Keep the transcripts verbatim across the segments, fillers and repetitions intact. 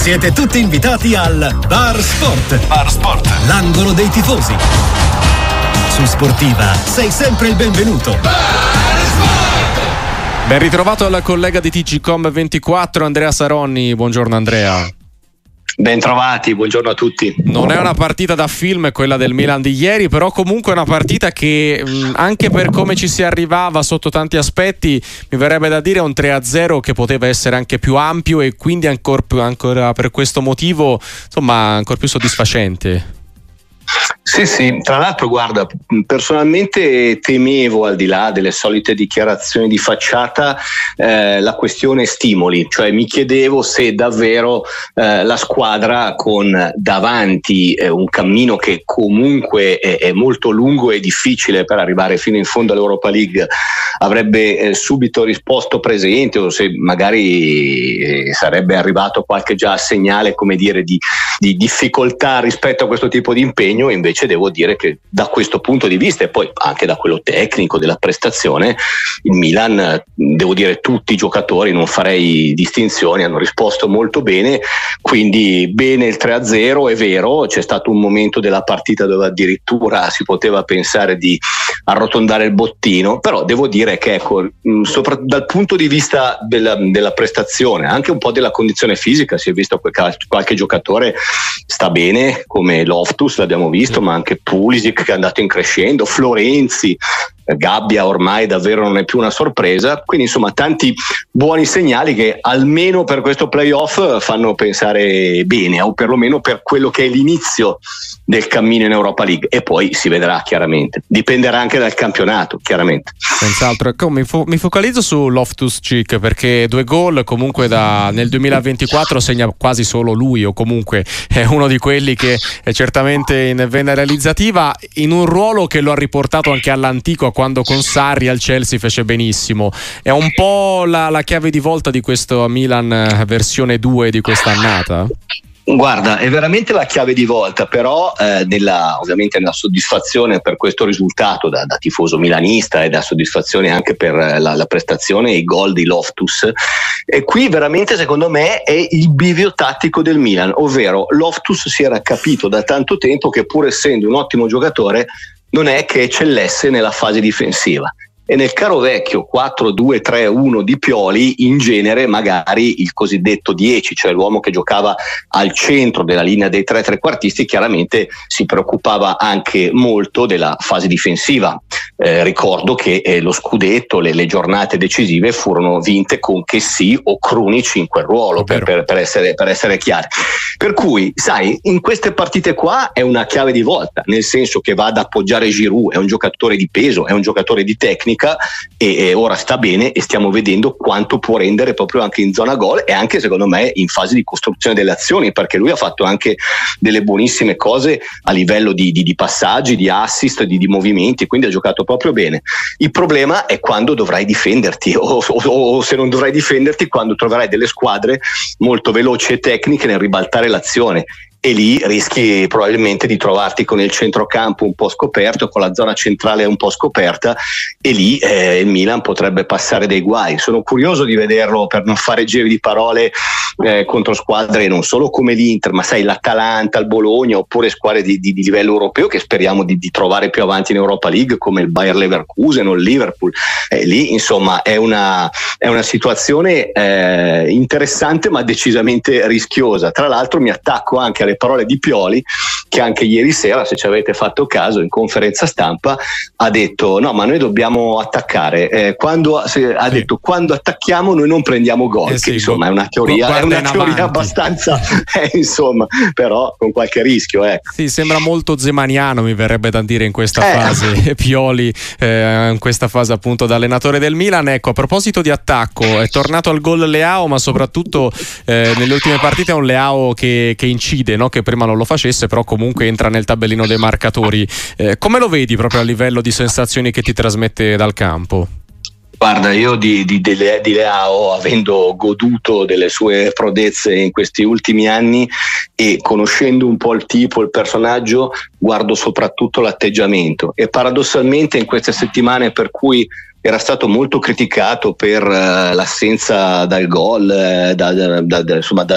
Siete tutti invitati al Bar Sport. Bar Sport. L'angolo dei tifosi. Su Sportiva sei sempre il benvenuto. Bar Sport. Ben ritrovato al collega di T G Com ventiquattro, Andrea Saronni. Buongiorno Andrea. Ben trovati, buongiorno a tutti. Non è una partita da film quella del Milan di ieri, però comunque è una partita che mh, anche per come ci si arrivava sotto tanti aspetti, mi verrebbe da dire un tre a zero che poteva essere anche più ampio e quindi ancora, ancora per questo motivo insomma ancora più soddisfacente. Sì, sì, tra l'altro guarda, personalmente temevo, al di là delle solite dichiarazioni di facciata, eh, la questione stimoli, cioè mi chiedevo se davvero eh, la squadra, con davanti eh, un cammino che comunque è, è molto lungo e difficile per arrivare fino in fondo all'Europa League, avrebbe eh, subito risposto presente, o se magari eh, sarebbe arrivato qualche già segnale, come dire, di, di difficoltà rispetto a questo tipo di impegno. Invece devo dire che da questo punto di vista, e poi anche da quello tecnico della prestazione, il Milan, devo dire tutti i giocatori, non farei distinzioni, hanno risposto molto bene, quindi bene il tre a zero. È vero, c'è stato un momento della partita dove addirittura si poteva pensare di arrotondare il bottino, però devo dire che ecco, sopra, dal punto di vista della, della prestazione, anche un po' della condizione fisica, si è visto che qualche giocatore sta bene, come Loftus l'abbiamo visto, ma anche Pulisic che è andato in crescendo, Florenzi, Gabbia ormai davvero non è più una sorpresa, quindi insomma tanti buoni segnali che almeno per questo playoff fanno pensare bene, o perlomeno per quello che è l'inizio del cammino in Europa League, e poi si vedrà chiaramente, dipenderà anche dal campionato chiaramente. Senz'altro. Ecco, mi, fo- mi focalizzo su Loftus-Cheek perché due gol comunque da, nel duemilaventiquattro segna quasi solo lui, o comunque è uno di quelli che è certamente in vena realizzativa, in un ruolo che lo ha riportato anche all'antico, quando con Sarri al Chelsea fece benissimo. È un po' la, la chiave di volta di questo Milan versione due di quest'annata? Guarda, è veramente la chiave di volta, però eh, nella, ovviamente nella soddisfazione per questo risultato da, da tifoso milanista, e da soddisfazione anche per la, la prestazione e i gol di Loftus. E qui veramente secondo me è il bivio tattico del Milan, ovvero Loftus si era capito da tanto tempo che, pur essendo un ottimo giocatore, non è che eccellesse nella fase difensiva. E nel caro vecchio quattro due tre uno di Pioli, in genere magari il cosiddetto dieci, cioè l'uomo che giocava al centro della linea dei tre trequartisti, chiaramente si preoccupava anche molto della fase difensiva. Eh, ricordo che eh, lo scudetto, le, le giornate decisive furono vinte con Chessy o Krunic in quel ruolo, per, per, per, essere, per essere chiari. Per cui, sai, in queste partite qua è una chiave di volta, nel senso che va ad appoggiare Giroud, è un giocatore di peso, è un giocatore di tecnica, e, e ora sta bene, e stiamo vedendo quanto può rendere proprio anche in zona gol, e anche secondo me in fase di costruzione delle azioni, perché lui ha fatto anche delle buonissime cose a livello di, di, di passaggi, di assist, di, di movimenti, quindi ha giocato proprio bene. Il problema è quando dovrai difenderti, o, o, o se non dovrai difenderti, quando troverai delle squadre molto veloci e tecniche nel ribaltare l'azione, e lì rischi probabilmente di trovarti con il centrocampo un po' scoperto, con la zona centrale un po' scoperta, e lì eh, il Milan potrebbe passare dei guai. Sono curioso di vederlo, per non fare giri di parole, eh, contro squadre non solo come l'Inter, ma sai, l'Atalanta, il Bologna, oppure squadre di, di, di livello europeo che speriamo di, di trovare più avanti in Europa League, come il Bayer Leverkusen o il Liverpool. Eh, lì insomma è una, è una situazione eh, interessante ma decisamente rischiosa. Tra l'altro mi attacco anche alle parole di Pioli, che anche ieri sera, se ci avete fatto caso, in conferenza stampa ha detto no, ma noi dobbiamo attaccare, eh, quando, se, ha sì. detto quando attacchiamo noi non prendiamo gol, eh sì, che insomma è una teoria, è una teoria abbastanza eh, insomma, però con qualche rischio, ecco. Sì, sembra molto zemaniano, mi verrebbe da dire, in questa eh. fase Pioli, eh, in questa fase appunto da allenatore del Milan. Ecco, a proposito di attacco, è tornato al gol Leao, ma soprattutto eh, nelle ultime partite è un Leao che, che incide, no? Che prima non lo facesse, però comunque entra nel tabellino dei marcatori. Eh, come lo vedi proprio a livello di sensazioni che ti trasmette dal campo? Guarda, io di, di, di Leao, avendo goduto delle sue prodezze in questi ultimi anni e conoscendo un po' il tipo, il personaggio, guardo soprattutto l'atteggiamento, e paradossalmente in queste settimane per cui era stato molto criticato per uh, l'assenza dal gol, uh, da, da, da, insomma, da,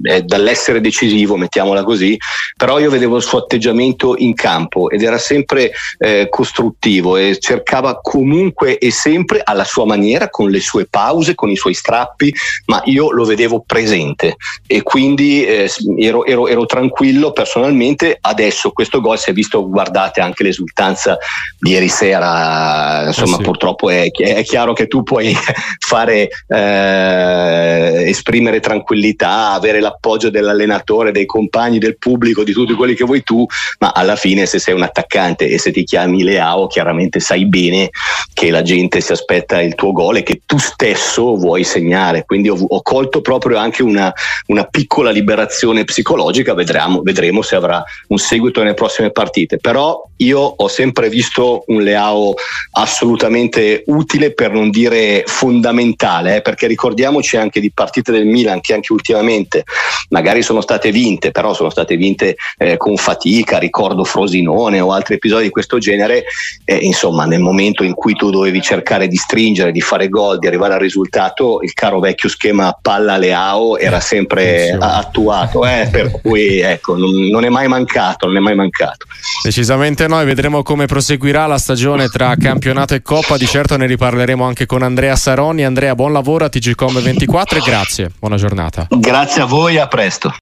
è dall'essere decisivo, mettiamola così, però io vedevo il suo atteggiamento in campo ed era sempre eh, costruttivo e cercava comunque e sempre alla sua maniera, con le sue pause, con i suoi strappi, ma io lo vedevo presente e quindi eh, ero, ero, ero tranquillo personalmente. Adesso questo gol si è visto, guardate anche l'esultanza di ieri sera, insomma eh sì. Purtroppo è, è chiaro che tu puoi fare eh, esprimere tranquillità, avere l'appoggio dell'allenatore, dei compagni, del pubblico, di tutti quelli che vuoi tu, ma alla fine se sei un attaccante e se ti chiami Leao chiaramente sai bene che la gente si aspetta il tuo gol e che tu stesso vuoi segnare, quindi ho, ho colto proprio anche una, una piccola liberazione psicologica. Vedremo, vedremo se avrà un seguito nelle prossime partite, però io ho sempre visto un Leao assolutamente utile, per non dire fondamentale, eh, perché ricordiamoci anche di partite del Milan che anche ultimamente magari sono state vinte, però sono state vinte eh, con fatica, ricordo Frosinone o altri episodi di questo genere, eh, insomma nel momento in cui tu dovevi cercare di stringere, di fare gol, di arrivare al risultato, il caro vecchio schema palla Leao era sempre attuato, eh, per cui ecco non, non è mai mancato, non è mai mancato. Decisamente noi vedremo come proseguirà la stagione tra campionato e Coppa, di certo ne riparleremo anche con Andrea Saronni. Andrea, buon lavoro a T G Com ventiquattro e grazie, buona giornata. Grazie a voi, a presto.